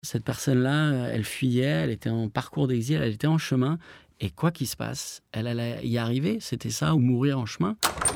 Cette personne-là, elle fuyait, elle était en parcours d'exil, elle était en chemin et quoi qu'il se passe, elle allait y arriver, c'était ça ou mourir en chemin.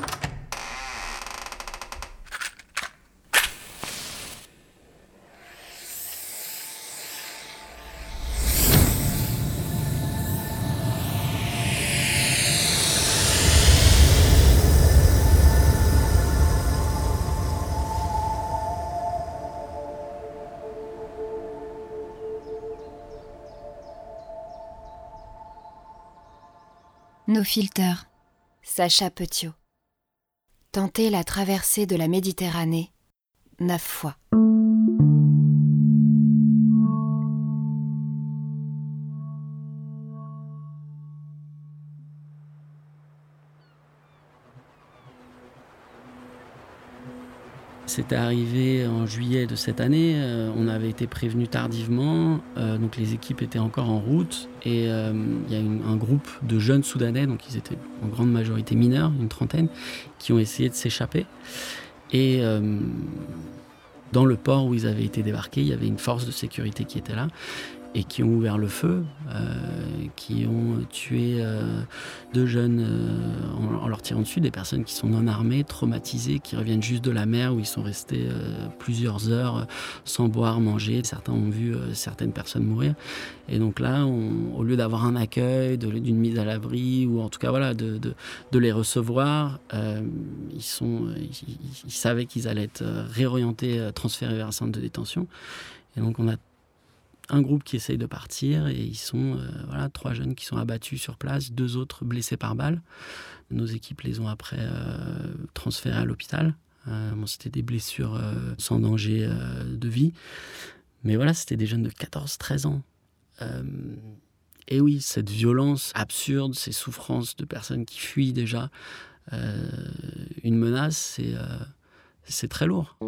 Nos filters, Sacha Petiot. Tenter la traversée de la Méditerranée 9 fois. C'était arrivé en juillet de cette année, on avait été prévenus tardivement, donc les équipes étaient encore en route et il y a un groupe de jeunes Soudanais, donc ils étaient en grande majorité mineurs, une trentaine, qui ont essayé de s'échapper. Et dans le port où ils avaient été débarqués, il y avait une force de sécurité qui était là et qui ont ouvert le feu, qui ont tué 2 jeunes en leur tirant dessus, des personnes qui sont non armées, traumatisées, qui reviennent juste de la mer où ils sont restés plusieurs heures sans boire, manger. Certains ont vu certaines personnes mourir. Et donc là, au lieu d'avoir un accueil, d'une mise à l'abri, ou en tout cas voilà, de les recevoir, ils savaient qu'ils allaient être réorientés, transférés vers un centre de détention. Et donc on a un groupe qui essaye de partir et ils sont 3 jeunes qui sont abattus sur place, 2 autres blessés par balle. Nos équipes les ont après transférés à l'hôpital. C'était des blessures sans danger de vie. Mais voilà, c'était des jeunes de 14-13 ans. Et oui, cette violence absurde, ces souffrances de personnes qui fuient déjà une menace, c'est très lourd.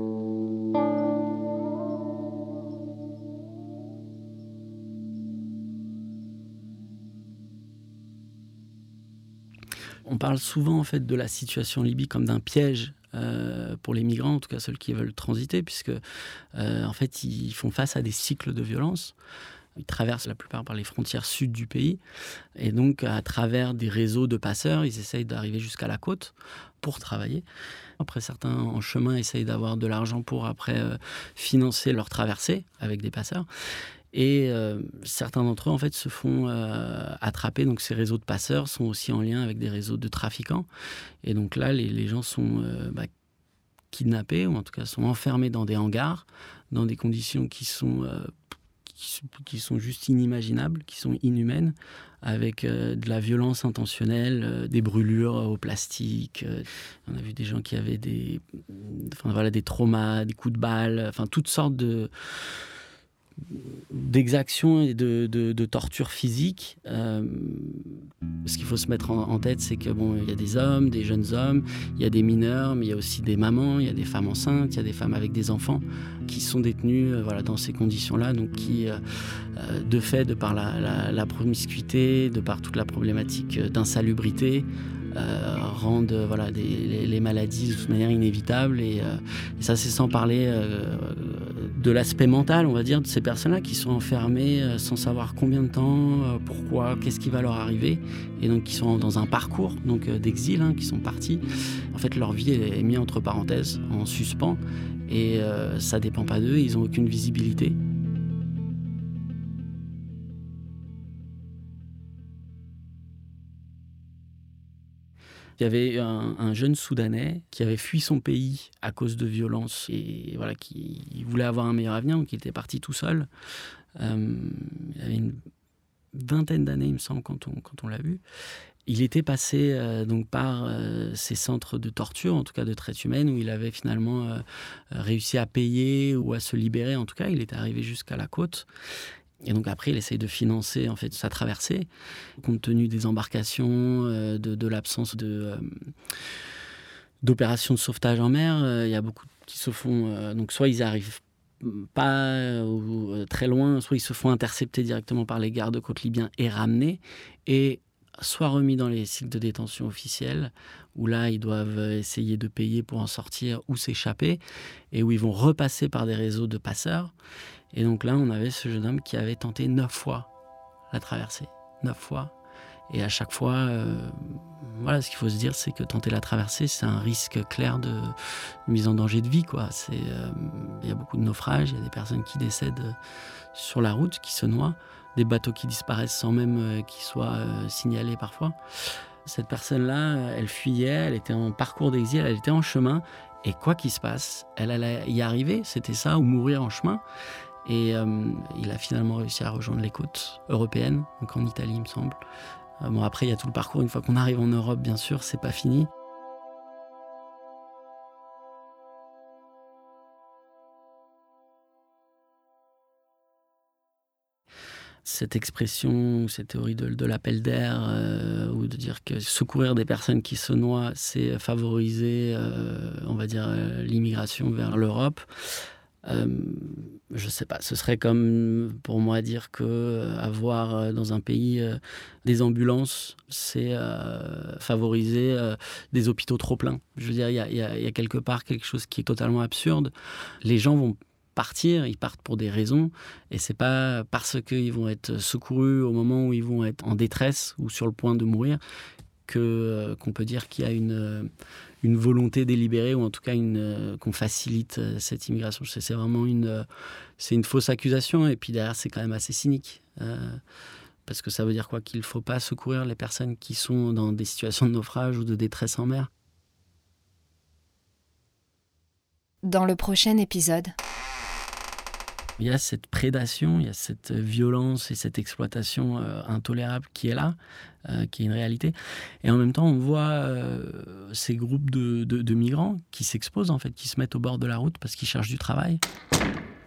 On parle souvent en fait de la situation en Libye comme d'un piège pour les migrants, en tout cas ceux qui veulent transiter, puisque en fait ils font face à des cycles de violence. Ils traversent la plupart par les frontières sud du pays et donc à travers des réseaux de passeurs, ils essayent d'arriver jusqu'à la côte pour travailler. Après, certains en chemin essayent d'avoir de l'argent pour après financer leur traversée avec des passeurs. Et certains d'entre eux, en fait, se font attraper. Donc, ces réseaux de passeurs sont aussi en lien avec des réseaux de trafiquants. Et donc là, les gens sont kidnappés, ou en tout cas sont enfermés dans des hangars, dans des conditions qui sont juste inimaginables, qui sont inhumaines, avec de la violence intentionnelle, des brûlures au plastique. On a vu des gens qui avaient des traumas, des coups de balle, toutes sortes d'exactions et de tortures physiques. Ce qu'il faut se mettre en tête, c'est que il y a des hommes, des jeunes hommes, il y a des mineurs, mais il y a aussi des mamans, il y a des femmes enceintes, il y a des femmes avec des enfants qui sont détenues dans ces conditions-là, donc qui, de fait, de par la promiscuité, de par toute la problématique d'insalubrité, rendent les maladies de toute manière inévitables et ça c'est sans parler de l'aspect mental, on va dire, de ces personnes-là qui sont enfermées sans savoir combien de temps, pourquoi, qu'est-ce qui va leur arriver, et donc qui sont dans un parcours d'exil, qui sont partis. En fait, leur vie est mise entre parenthèses, en suspens, et ça dépend pas d'eux, ils n'ont aucune visibilité. Il y avait un jeune Soudanais qui avait fui son pays à cause de violences et qui voulait avoir un meilleur avenir, donc il était parti tout seul. Il avait une vingtaine d'années, il me semble, quand on l'a vu. Il était passé par ces centres de torture, en tout cas de traite humaine, où il avait finalement réussi à payer ou à se libérer. En tout cas, il était arrivé jusqu'à la côte. Et donc après, il essaye de financer en fait sa traversée, compte tenu des embarcations, de l'absence d'opérations de sauvetage en mer. Il y a beaucoup qui se font... donc soit ils arrivent pas très loin, soit ils se font intercepter directement par les gardes-côtes libyens et ramenés, et soit remis dans les sites de détention officiels, où là, ils doivent essayer de payer pour en sortir ou s'échapper, et où ils vont repasser par des réseaux de passeurs. Et donc là, on avait ce jeune homme qui avait tenté 9 fois la traversée. 9 fois. Et à chaque fois, voilà, ce qu'il faut se dire, c'est que tenter la traversée, c'est un risque clair de mise en danger de vie, quoi. Il y a beaucoup de naufrages, il y a des personnes qui décèdent sur la route, qui se noient, des bateaux qui disparaissent sans même qu'ils soient signalés parfois. Cette personne-là, elle fuyait, elle était en parcours d'exil, elle était en chemin, et quoi qu'il se passe, elle allait y arriver, c'était ça, ou mourir en chemin. Et il a finalement réussi à rejoindre les côtes européennes, donc en Italie, il me semble. Bon, après, il y a tout le parcours. Une fois qu'on arrive en Europe, bien sûr, c'est pas fini. Cette expression, cette théorie de l'appel d'air, ou de dire que secourir des personnes qui se noient, c'est favoriser, on va dire, l'immigration vers l'Europe. Je sais pas, ce serait comme pour moi dire que avoir dans un pays des ambulances, c'est favoriser des hôpitaux trop pleins. Je veux dire, il y a quelque part quelque chose qui est totalement absurde. Les gens vont partir, ils partent pour des raisons, et c'est pas parce qu'ils vont être secourus au moment où ils vont être en détresse ou sur le point de mourir qu'on peut dire qu'il y a une volonté délibérée, ou en tout cas qu'on facilite cette immigration. C'est vraiment une fausse accusation, et puis derrière c'est quand même assez cynique, parce que ça veut dire quoi? Qu'il ne faut pas secourir les personnes qui sont dans des situations de naufrage ou de détresse en mer. Dans le prochain épisode, il y a cette prédation, il y a cette violence et cette exploitation intolérable qui est là, qui est une réalité. Et en même temps, on voit ces groupes de migrants qui s'exposent, en fait, qui se mettent au bord de la route parce qu'ils cherchent du travail.